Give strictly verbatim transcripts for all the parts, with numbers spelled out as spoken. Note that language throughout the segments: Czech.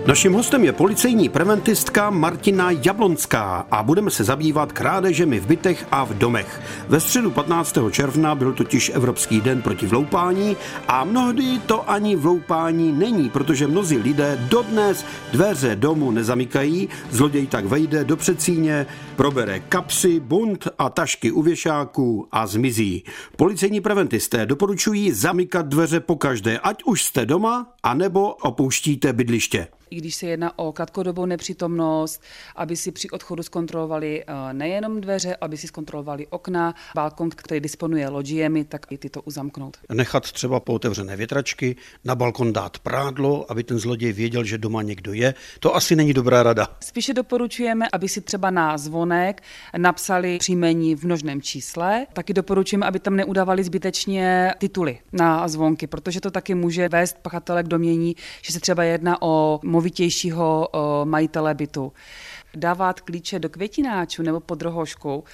Naším hostem je policejní preventistka Martina Jablonská a budeme se zabývat krádežemi v bytech a v domech. Ve středu patnáctého června byl totiž Evropský den proti vloupání a mnohdy to ani vloupání není, protože mnozí lidé dodnes dveře domu nezamykají, zloděj tak vejde do předsíně, probere kapsy, bunt a tašky u věšáků a zmizí. Policejní preventisté doporučují zamykat dveře pokaždé, ať už jste doma, anebo opouštíte bydliště. I když se jedná o krátkodobou nepřítomnost, aby si při odchodu zkontrolovali nejenom dveře, aby si zkontrolovali okna, balkon, který disponuje loďiemi, tak i tyto uzamknout. Nechat třeba pootevřené větračky, na balkon dát prádlo, aby ten zloděj věděl, že doma někdo je. To asi není dobrá rada. Spíše doporučujeme, aby si třeba na zvonek napsali příjmení v množném čísle. Taky doporučujeme, aby tam neudávali zbytečně tituly na zvonky, protože to taky může vést pachatele k domnění, že se třeba jedná o movitějšího majitele bytu. Dávat klíče do květináčů nebo pod rohožkou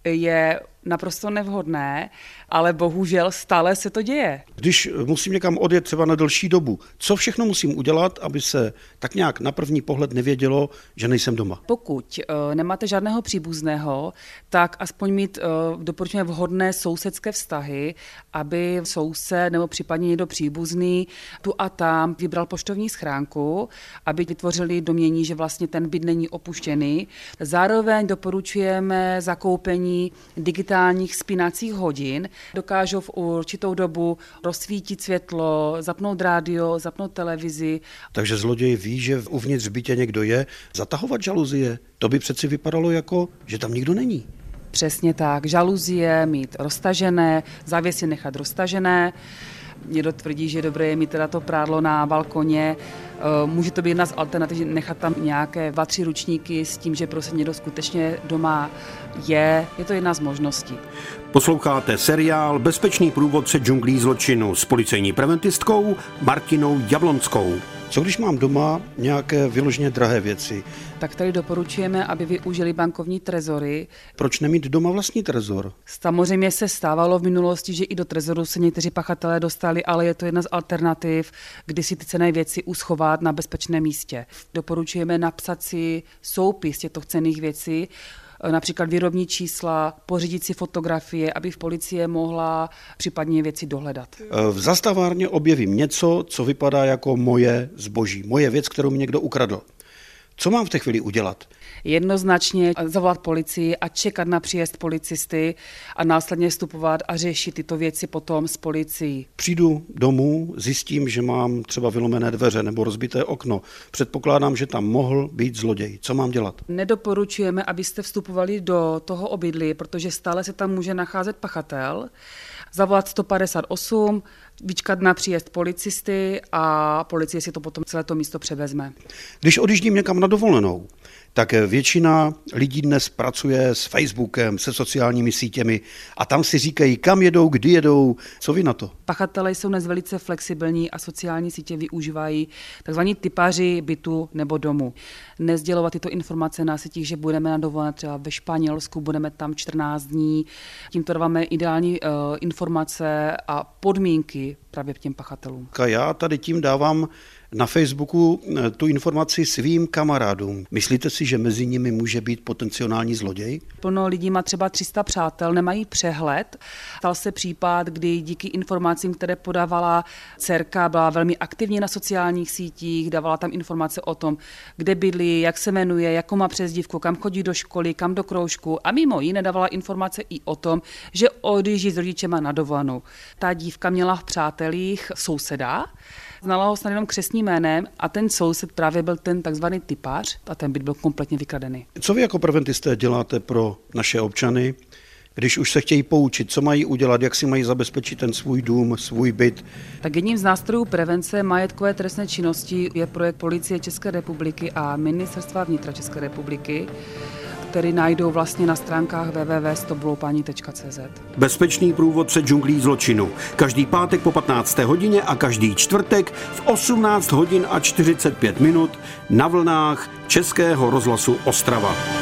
je naprosto nevhodné, ale bohužel stále se to děje. Když musím někam odjet třeba na delší dobu, co všechno musím udělat, aby se tak nějak na první pohled nevědělo, že nejsem doma? Pokud uh, nemáte žádného příbuzného, tak aspoň mít uh, doporučujeme vhodné sousedské vztahy, aby soused nebo případně někdo příbuzný tu a tam vybral poštovní schránku, aby vytvořili domnění, že vlastně ten byt není opuštěný. Zároveň doporučujeme zakoupení digitálních spínacích hodin. Dokážou v určitou dobu rozsvítit světlo, zapnout rádio, zapnout televizi. Takže zloděj ví, že uvnitř v bytě někdo je. Zatahovat žaluzie, to by přeci vypadalo jako, že tam nikdo není. Přesně tak. Žaluzie mít roztažené, závěsy nechat roztažené. Někdo tvrdí, že je dobré mít teda to prádlo na balkoně. Může to být jedna z alternativ, nechat tam nějaké dva, tři ručníky s tím, že prostě někdo skutečně doma je. Je to jedna z možností. Posloucháte seriál Bezpečný průvodce džunglí zločinu s policejní preventistkou Martinou Jablonskou. Co když mám doma nějaké vyloženě drahé věci? Tak tady doporučujeme, aby využili bankovní trezory. Proč nemít doma vlastní trezor? Samozřejmě se stávalo v minulosti, že i do trezoru se někteří pachatelé dostali, ale je to jedna z alternativ, kdy si ty cenné věci uschovat na bezpečném místě. Doporučujeme napsat si soupis těchto cenných věcí, například výrobní čísla, pořídit si fotografie, aby v policie mohla případně věci dohledat. V zastavárně objevím něco, co vypadá jako moje zboží, moje věc, kterou mi někdo ukradl. Co mám v té chvíli udělat? Jednoznačně zavolat policii a čekat na příjezd policisty a následně vstupovat a řešit tyto věci potom s policií. Přijdu domů, zjistím, že mám třeba vylomené dveře nebo rozbité okno. Předpokládám, že tam mohl být zloděj. Co mám dělat? Nedoporučujeme, abyste vstupovali do toho obydlí, protože stále se tam může nacházet pachatel. Zavolat sto padesát osm, vyčkat na příjezd policisty a policie si to potom celé to místo převezme. Když odjíždím někam na dovolenou, tak většina lidí dnes pracuje s Facebookem, se sociálními sítěmi a tam si říkají, kam jedou, kdy jedou. Co vy na to? Pachatelé jsou dnes velice flexibilní a sociální sítě využívají takzvaní typaři bytu nebo domu. Nesdělovat tyto informace na sítích, že budeme na dovolené třeba ve Španělsku, budeme tam čtrnáct dní. Tímto dáváme ideální uh, informace a podmínky právě těm pachatelům. Já tady tím dávám na Facebooku tu informaci svým kamarádům. Myslíte si, že mezi nimi může být potenciální zloděj? Plno lidí má třeba tři sta přátel, nemají přehled. Stal se případ, kdy díky informacím, které podávala dcerka, byla velmi aktivní na sociálních sítích, dávala tam informace o tom, kde bydlí, jak se jmenuje, jakou má přezdívku, kam chodí do školy, kam do kroužku a mimo jiné dávala informace i o tom, že odjíždí s rodičema na dovolenou. Ta dívka měla v přátelích souseda, znala ho snad jenom křestním jménem a ten soused právě byl ten takzvaný typař a ten byt byl kompletně vykradený. Co vy jako preventisté děláte pro naše občany, když už se chtějí poučit, co mají udělat, jak si mají zabezpečit ten svůj dům, svůj byt? Tak jedním z nástrojů prevence majetkové trestné činnosti je projekt Policie České republiky a Ministerstva vnitra České republiky, který najdou vlastně na stránkách w w w tečka stop vloupání tečka c z. Bezpečný průvodce džunglí zločinu. Každý pátek po patnácté hodině a každý čtvrtek v osmnáct hodin a čtyřicet pět minut na vlnách Českého rozhlasu Ostrava.